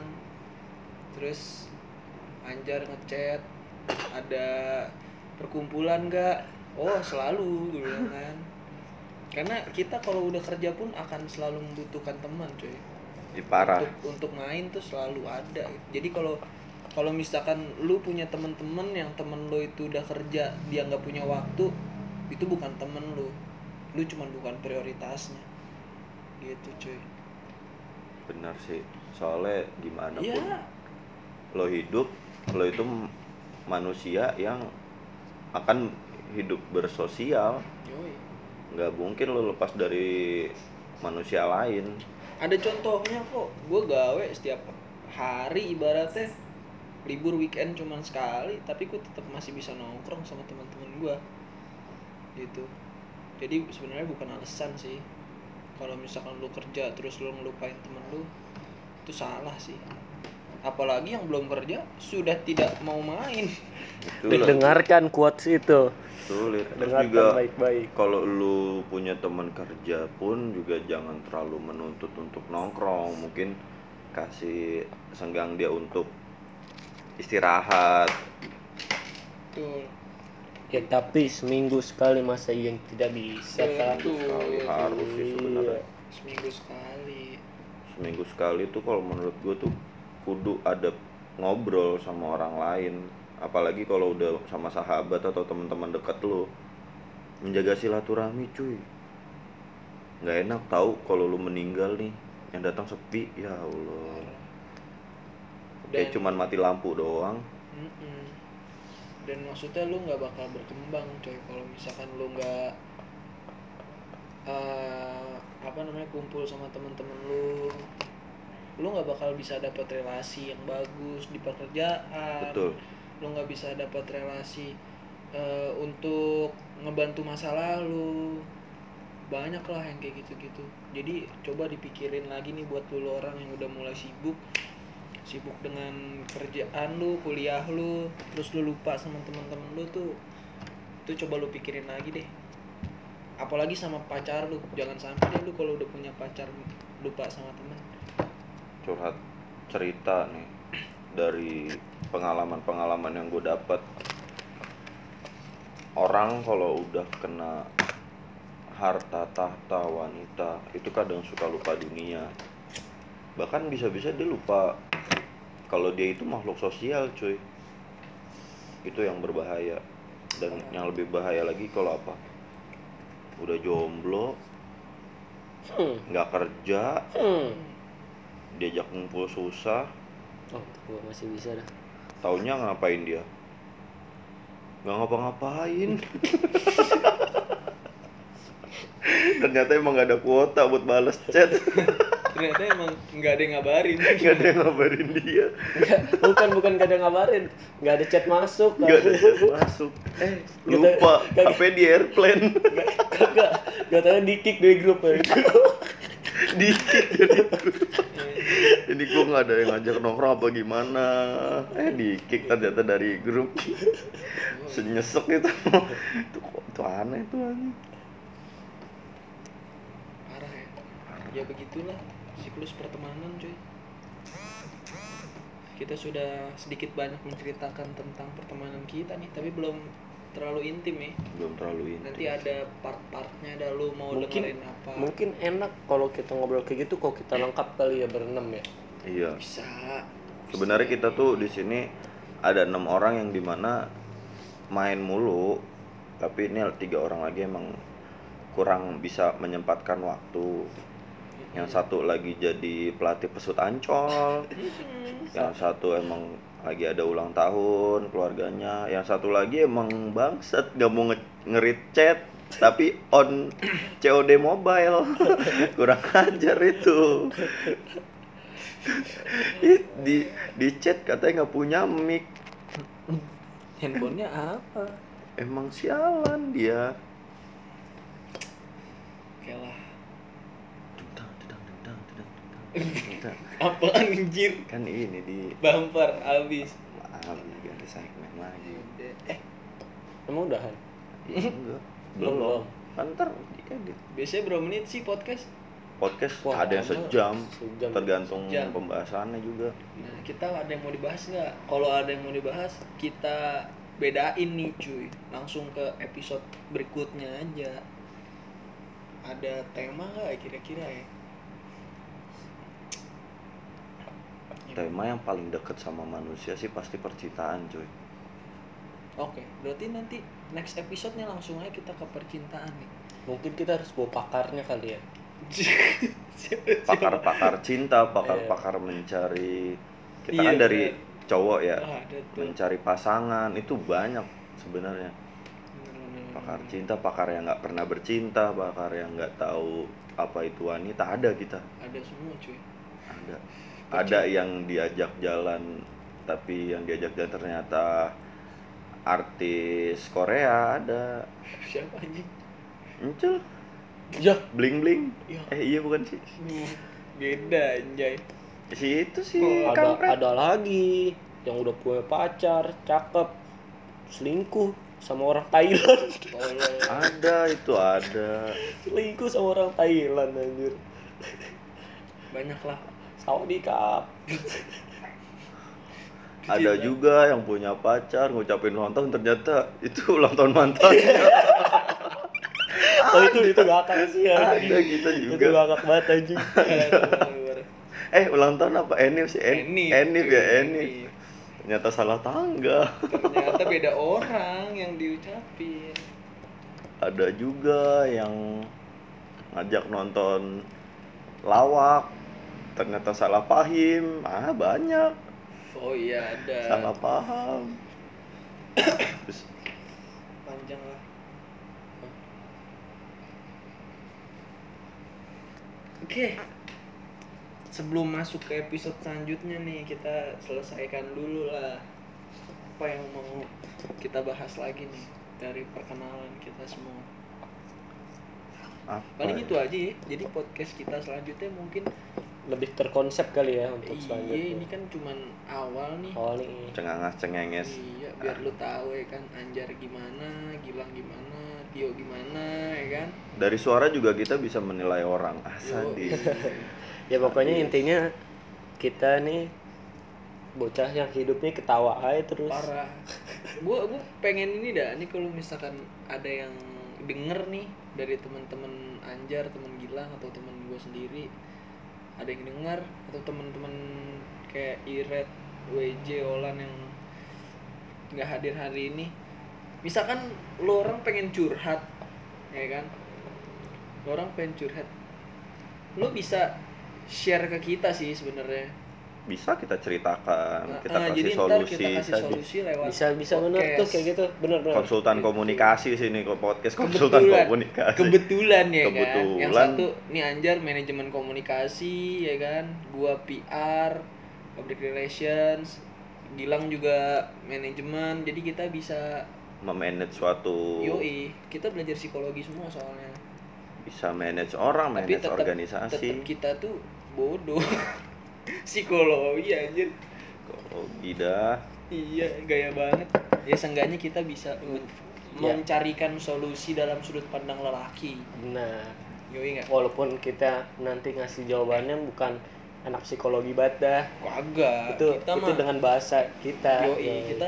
Terus Anjar ngechat, ada perkumpulan nggak? Oh selalu gue bilang kan. Karena kita kalau udah kerja pun akan selalu membutuhkan teman cuy. Di parah. Untuk untuk main tuh selalu ada. Jadi kalau kalau misalkan lu punya teman-teman yang temen lu itu udah kerja, dia nggak punya waktu, itu bukan temen lu. Lu cuman bukan prioritasnya. Gitu cuy. Benar sih. Soalnya gimana pun Iya. lo hidup, lo itu m- manusia yang akan hidup bersosial. Yoi. Nggak mungkin lo lepas dari manusia lain. Ada contohnya kok, gue gawe setiap hari ibaratnya libur weekend cuman sekali, tapi gue tetap masih bisa nongkrong sama teman-teman gue, gitu. Jadi sebenarnya bukan alasan sih. Kalau misalkan lu kerja terus lu ngelupain temen lu, itu salah sih. Apalagi yang belum kerja sudah tidak mau main. Itu lah, Dengarkan quotes itu. sulit. Terus Dengarkan juga baik-baik. kalau lu punya teman kerja pun juga jangan terlalu menuntut untuk nongkrong. Mungkin kasih senggang dia untuk istirahat. Betul. Ya tapi seminggu sekali masa yang tidak bisa kan? Betul. Sekali harus sih sebenarnya. Seminggu sekali. Seminggu sekali tuh kalau menurut gue tuh kudu ada ngobrol sama orang lain, apalagi kalau udah sama sahabat atau teman-teman dekat lu. Menjaga silaturahmi cuy. Nggak enak tahu kalau lu meninggal nih, yang datang sepi, ya Allah. Kayak Dan- cuman mati lampu doang. Mm-mm. Dan maksudnya lu nggak bakal berkembang coy kalau misalkan lu nggak eh, apa namanya kumpul sama temen-temen lu, lu nggak bakal bisa dapat relasi yang bagus di pekerjaan. Betul. Lu nggak bisa dapat relasi eh, untuk ngebantu masa lalu. Banyak lah yang kayak gitu-gitu. Jadi coba dipikirin lagi nih buat lu orang yang udah mulai sibuk sibuk dengan kerjaan lu, kuliah lu, terus lu lupa sama teman-teman lu tuh, tuh coba lu pikirin lagi deh. Apalagi sama pacar lu, jangan sampai deh lu kalau udah punya pacar lupa sama teman. Curhat cerita nih dari pengalaman-pengalaman yang gue dapat. Orang kalau udah kena harta tahta wanita itu kadang suka lupa dunia, bahkan bisa-bisa dia lupa kalau dia itu makhluk sosial cuy. Itu yang berbahaya. Dan yang lebih bahaya lagi kalau apa, udah jomblo, Hmm. nggak kerja, Hmm. diajak ngumpul susah, Oh, gua masih bisa dah. taunya ngapain dia? Nggak ngapa-ngapain. Ternyata emang nggak ada kuota buat balas chat. Ternyata emang nggak ada yang ngabarin. Nggak ada yang ngabarin dia. Nggak, bukan bukan gak ada ngabarin, nggak ada chat masuk. Nggak ada chat masuk. Eh, lupa H P di airplane. Kagak, gak tahu di kick dari grup ya. Dikit jadi jadi gue nggak ada yang ngajak nongkrong apa gimana, eh di kick ternyata dari grup. Senyesek itu. Itu kok itu aneh tuh aneh. Parah ya. Ya begitulah siklus pertemanan cuy. Kita sudah sedikit banyak menceritakan tentang pertemanan kita nih, tapi belum terlalu intim ya. belum terlalu intim. Nanti ada part-partnya, ada lu mau Mungkin dengerin apa. mungkin enak kalau kita ngobrol kayak gitu, kalau kita lengkap kali ya berenam ya. Iya. Bisa. Sebenarnya kita tuh di sini ada enam orang yang dimana main mulu, tapi ini tiga orang lagi emang kurang bisa menyempatkan waktu. Yang satu lagi jadi pelatih pesut Ancol, yang satu emang lagi ada ulang tahun keluarganya, yang satu lagi emang bangset gak mau nge- nge-read chat tapi on C O D mobile. Kurang ajar itu. Ih, di di chat katanya nggak punya mic. Handphonenya apa? Emang sialan dia. Oke lah. Dudang, dudang, dudang, dudang, dudang, dudang. Apa anjir? Kan ini di Bumper abis. maaf ganti segmen lagi. Eh, Emang udahan? Iya enggak. Belum, belum. Kan ntar diedit. biasanya berapa menit sih podcast? Podcast Wah, ada yang lama. sejam, Sejam. tergantung Sejam. pembahasannya juga. Nah, kita ada yang mau dibahas nggak? Kalau ada yang mau dibahas, kita bedain nih cuy. Langsung ke episode berikutnya aja. Ada tema nggak kira-kira ya? Tema yang paling deket sama manusia sih pasti percintaan, cuy. Oke, berarti nanti next episode-nya langsung aja kita ke percintaan nih. Mungkin kita harus bawa pakarnya kali ya. Pakar-pakar cinta, pakar-pakar mencari. Kita kan Iya, dari bener. cowok ya, Ah, ada tuh. mencari pasangan itu banyak sebenarnya. Bener-bener. Pakar cinta, pakar yang nggak pernah bercinta, pakar yang nggak tahu apa itu wanita, ada kita. Ada semua cuy. Ada. Ada yang diajak jalan, tapi yang diajak jalan ternyata artis Korea ada. Siapa anjing? Muncul Ya, bling bling. Ya. Eh iya bukan sih. Beda anjay. Si itu sih ada kampret. ada lagi yang udah punya pacar, cakep, selingkuh sama orang Thailand. Tolong. Ada itu ada. Selingkuh sama orang Thailand anjir. Banyak lah. Saudi Cup. Ada juga yang punya pacar ngucapin ulang tahun ternyata itu ulang tahun mantan. Oh itu itu ngakak sih ya. Ada kita Itu juga. ngakak banget anjing. Eh ulang tahun apa? Enif sih, En- Enif, Enif cuy, ya Enif. Enif. Ternyata salah tangga. Ternyata beda orang yang diucapin. Ada juga yang ngajak nonton lawak ternyata salah paham. Ah banyak Oh iya ada. salah paham. Terus Panjang lah. Oke. Sebelum masuk ke episode selanjutnya nih, kita selesaikan dulu lah apa yang mau kita bahas lagi nih dari perkenalan kita semua. apa? Paling ya? itu aja ya. Jadi podcast kita selanjutnya mungkin Lebih terkonsep kali ya untuk iya selanjutnya. ini kan cuman awal nih. Oh nih. Cengangas cengenges. Iya, biar lu tahu ya kan Anjar gimana, Gilang gimana, Tio gimana ya kan. Dari suara juga kita bisa menilai orang. Ah, Yo, sadis. Ya pokoknya Sadis. intinya kita nih bocah yang hidupnya ketawa aja terus. parah. Gua gua pengen ini dah nih kalau misalkan ada yang denger nih dari teman-teman Anjar, teman Gilang atau teman gua sendiri, ada yang denger atau teman-teman kayak Iret, W J, Olan yang nggak hadir hari ini. Misalkan lo orang pengen curhat, ya kan? Lo orang pengen curhat, lo bisa share ke kita sih sebenarnya. Bisa kita ceritakan, kita Nah, kasih jadi ntar solusi. kita kasih saja. solusi lewat Bisa bisa bener tuh podcast. kayak gitu. Bener bener. Konsultan Gitu. komunikasi sini kok podcast konsultan Kebetulan, komunikasi. kebetulan ya kan. Yang Kebetulan. satu nih Anjar manajemen komunikasi ya kan. Gua P R, public relations. Gilang juga manajemen. Jadi kita bisa Memanage suatu, yoi, kita belajar psikologi semua soalnya. bisa manage orang, Tapi manage tetap organisasi. tetap kita tuh bodoh. Psikologi anjir. Oh, dah. Iya, gaya banget. Ya seenggaknya kita bisa men- Ya. mencarikan solusi dalam sudut pandang lelaki. Nah, Yoi enggak? walaupun kita nanti ngasih jawabannya bukan anak psikologi banget dah. Kagak. Itu kita itu mah dengan bahasa kita. yoi, Ya. kita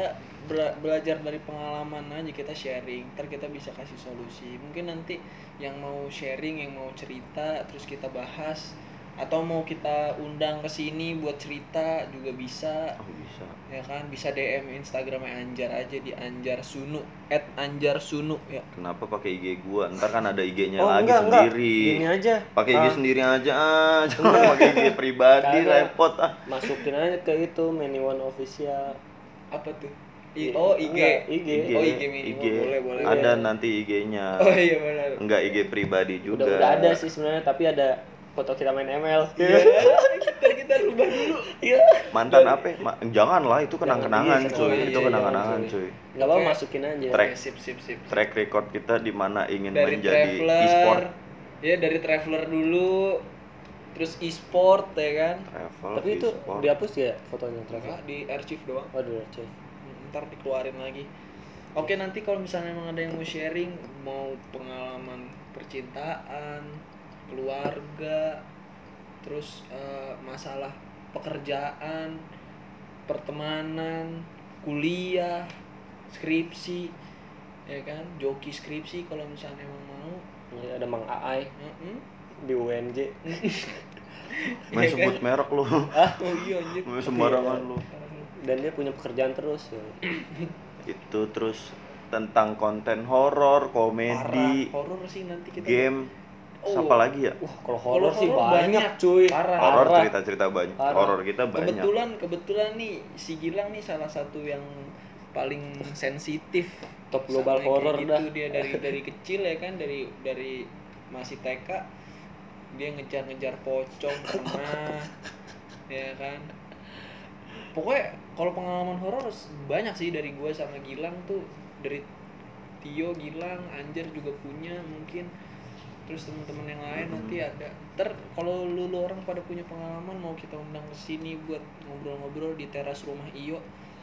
bela- belajar dari pengalaman aja, kita sharing, ntar kita bisa kasih solusi. Mungkin nanti yang mau sharing, yang mau cerita terus kita bahas, atau mau kita undang ke sini buat cerita juga bisa. Oh bisa. Ya kan, bisa D M Instagramnya Anjar aja di Anjar Sunu at Anjar Sunu ya. Kenapa pakai I G gua? Ntar kan ada I G-nya Oh, lagi enggak, enggak. sendiri. Gini aja. Pakai I G Ah. sendiri aja, ah. Jangan pakai I G pribadi, Kagak. repot ah. Masukin aja ke itu Manyone official. Apa tuh? I, I- oh I G. enggak, I G. Oh I G I minimal, G. boleh boleh. Ada Iya. nanti I G-nya. Oh iya benar. Enggak I G pribadi juga. Udah udah ada sih sebenarnya, tapi ada foto kita main M L. Iya, kita kita rubah dulu. Iya. Mantan apa? Ma- jangan lah, itu kenang-kenangan Jangan, cuy. iya, itu iya, kenang-kenangan jangan, cuy. Enggak apa-apa, Oke. masukin aja. Track. Oke, sip sip sip. Track record kita di mana ingin Dari menjadi traveler, e-sport. ya dari traveler dulu, terus e-sport ya kan. Travel, Tapi itu e-sport. dihapus ya fotonya travel. Enggak, di archive doang. Oh, di archive. Hmm, ntar dikeluarin lagi. Oke, nanti kalau misalnya emang ada yang mau sharing, mau pengalaman percintaan, keluarga, terus eh, masalah pekerjaan, pertemanan, kuliah, skripsi, ya kan, joki skripsi kalau misalnya emang mau. Ya, ada Mang Aai Mm-mm. di U N J. Main Ya sebut kan? merek lu. Oh iya anjir. Main sembarangan lu. Dan dia punya pekerjaan terus ya. Itu terus tentang konten horor, komedi, Parah, horor sih nanti kita. game. Oh. Siapa lagi ya? Wah, kalau horor sih horor banyak, banyak. cuy. Parah. Horor Parah. cerita-cerita banyak. Parah. Horor kita banyak. Kebetulan kebetulan nih si Gilang nih salah satu yang paling sensitif Top global sama yang horror kayak dah. gitu. Dia dari dari kecil ya kan, dari dari masih T K dia ngejar-ngejar pocong pernah ya kan. Pokoknya kalau pengalaman horor banyak sih dari gua sama Gilang tuh, dari Tio, Gilang, Anjar juga punya mungkin, terus teman-teman yang lain nanti ada. Ntar kalau lu, lu orang pada punya pengalaman mau kita undang ke sini buat ngobrol-ngobrol di teras rumah Iyo.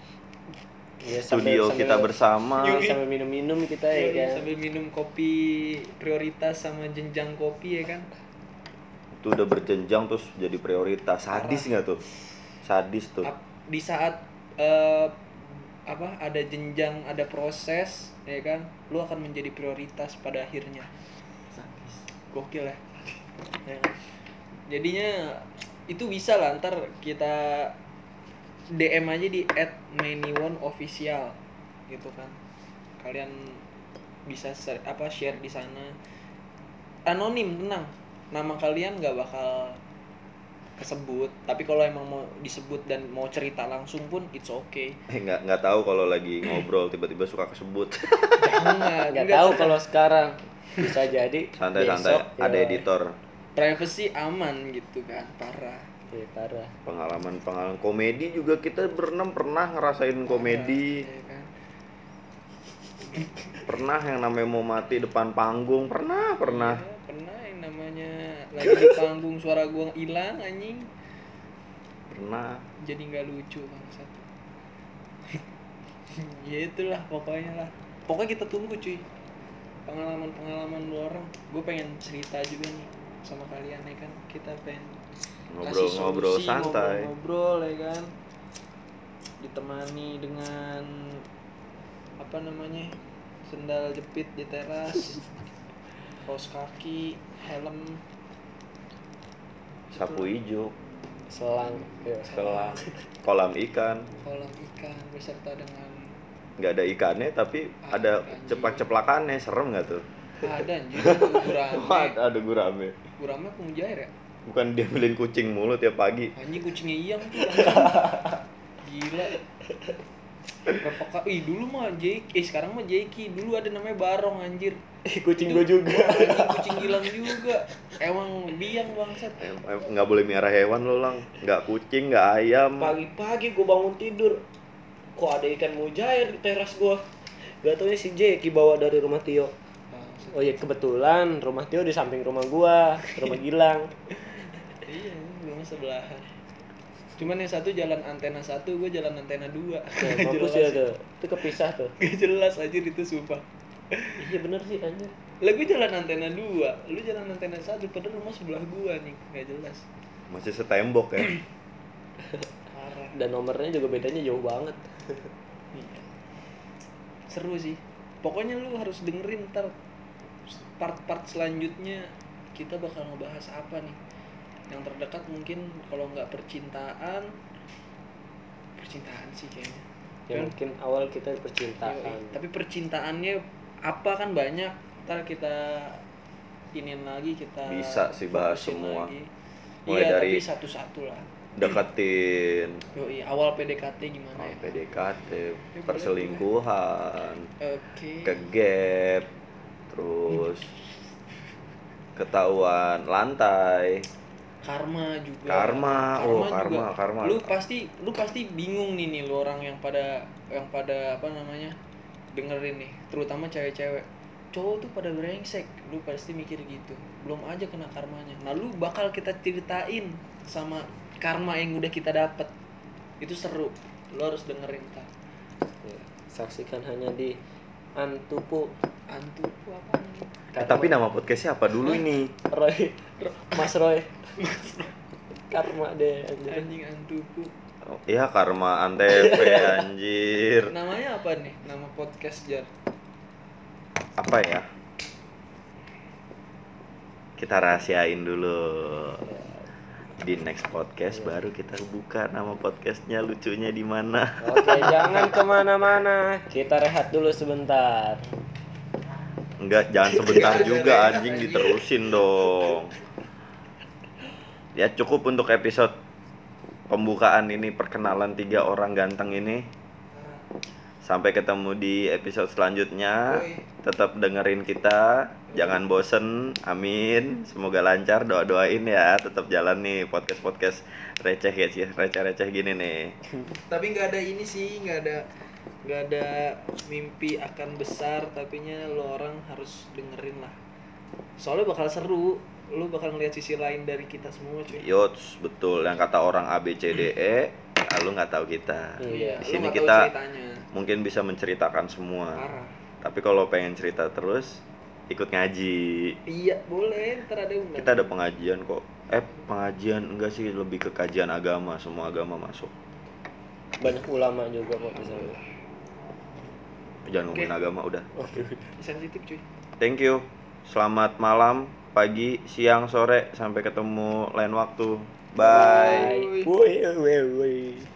Ya, Studio kita bersama. Yuk. sambil minum-minum kita ya kan. Sambil minum kopi prioritas sama jenjang kopi ya kan. Itu udah berjenjang terus jadi prioritas. Sadis nggak tuh? Sadis tuh. Ap- Di saat eh, apa ada jenjang, ada proses ya kan, lu akan menjadi prioritas pada akhirnya. Gokil ya. Ya kan? Jadinya itu bisa lah, ntar kita D M aja di at manyone official gitu kan. Kalian bisa share, apa share di sana. Anonim, tenang. Nama kalian nggak bakal kesebut. Tapi kalau emang mau disebut dan mau cerita langsung pun it's okay. Eh nggak nggak tahu kalau lagi ngobrol tiba-tiba suka kesebut. Jangan. Nggak Enggak, tahu tenang. kalau sekarang bisa jadi Santai-santai. besok, Ada ya. editor. Privacy aman gitu kan, parah. Iya, parah. Pengalaman-pengalaman komedi juga kita berenam pernah ngerasain komedi. Ya kan? Pernah yang namanya mau mati depan panggung. Pernah, pernah. Iya, pernah yang namanya lagi di panggung suara gua hilang anjing. Pernah. Jadi nggak lucu bangsat. Ya itulah pokoknya lah. Pokoknya kita tunggu cuy. Pengalaman-pengalaman lu orang. Gue pengen cerita juga nih sama kalian ya kan. Kita pengen kasih Ngobrol-ngobrol solusi, santai. ngobrol-ngobrol ya kan. Ditemani dengan apa namanya? Sendal jepit di teras. Kaos kaki, helm, Sapu hijau, Selang, ya, selang, kolam ikan. kolam ikan beserta dengan Nggak ada ikannya tapi ada ceplak-ceplakannya. Serem nggak tuh? ada anjir gurame. Wah, ada gurame. Gurame apa mujair ya? Bukan dia beliin kucing mulu tiap pagi. Anjing kucingnya iyang tuh langsung. Gila. Berapa kali? Ih dulu mah Jeki, eh sekarang mah Jeki. Dulu ada namanya Barong anjir. kucing Itu- gue juga. Anjing kucing Gilang juga. Emang biang bangsat. Em- em- Nggak boleh miara hewan lo lang. Nggak kucing, nggak ayam. Pagi-pagi gue bangun tidur, kok ada ikan mujair di teras gue. Gak taunya si Jeki bawa dari rumah Tio. Bangsat. Oh iya, kebetulan rumah Tio di samping rumah gua, rumah Gilang. Iya, rumah sebelahan. Cuman yang satu jalan antena satu, gue jalan antena dua. Nah, mampus ya tuh. Itu kepisah tuh. Gak jelas aja itu sumpah. Iya bener sih anjir. Lah gue jalan antena dua, lu jalan antena satu, padahal rumah sebelah gua nih, gak jelas. Masih setembok ya. Parah. Dan nomornya juga bedanya jauh banget. Iya. seru sih. Pokoknya lu harus dengerin ntar part-part selanjutnya kita bakal ngebahas apa nih. Yang terdekat mungkin kalau nggak percintaan, percintaan sih kayaknya. Ya Kan? mungkin awal kita percintaan. Yoi. Tapi percintaannya apa kan banyak. Ntar kita inin lagi kita Bisa sih bahas fokusin semua. lagi. Mulai Iya dari- tapi satu-satu lah. Deketin, Yoi, awal P D K T gimana oh, ya? P D K T, boleh, perselingkuhan, Oke. kegap, terus ketahuan lantai, Karma juga. Karma, oh, juga. karma, karma. Lu pasti lu pasti bingung nih nih lu orang yang pada yang pada apa namanya? Dengerin nih, terutama cewek-cewek. Cowok tuh pada brengsek, lu pasti mikir gitu. Belum aja kena karmanya. Nah, lu bakal kita ceritain sama karma yang udah kita dapet. Itu seru. Lu harus dengerin tak. Ya, saksikan hanya di Antupu. Antuku apa nih? Eh, tapi nama podcastnya apa dulu ini? Roy, Mas Roy. Karma deh anjir. Anjing Antuku. Oh, iya Karma Antv anjir. Namanya apa nih? Nama podcast Jar. Apa ya? Kita rahasiain dulu. Di next podcast baru kita buka nama podcastnya, lucunya di mana. Oke, jangan kemana-mana. Kita rehat dulu sebentar. Enggak, jangan sebentar Ada juga rehat anjing, lagi. diterusin dong. Ya cukup untuk episode pembukaan ini, perkenalan tiga orang ganteng ini. Sampai ketemu di episode selanjutnya. Oi. Tetap dengerin kita, jangan bosen. Amin. Semoga lancar, doa-doain ya. Tetap jalan nih podcast-podcast receh ya sih, receh-receh gini nih. Tapi nggak ada ini sih, nggak ada nggak ada mimpi akan besar, tapinya lo orang harus dengerin lah. Soalnya bakal seru, lo bakal ngeliat sisi lain dari kita semua cuy. Yots, betul. Yang kata orang A B C D E, lalu nggak tahu kita. Iya. Di Lo sini nggak tahu kita ceritanya. mungkin bisa menceritakan semua. Parah. Tapi kalau pengen cerita terus, ikut ngaji. Iya boleh, ntar ada undang. Kita ada pengajian kok. Eh, pengajian enggak sih, lebih ke kajian agama, semua agama masuk. Banyak ulama juga kok di sana. Jangan ngomongin Oke. agama udah. Sensitif cuy. Thank you. Selamat malam, pagi, siang, sore, sampai ketemu lain waktu. Bye. Bye. Woi, woi, woi.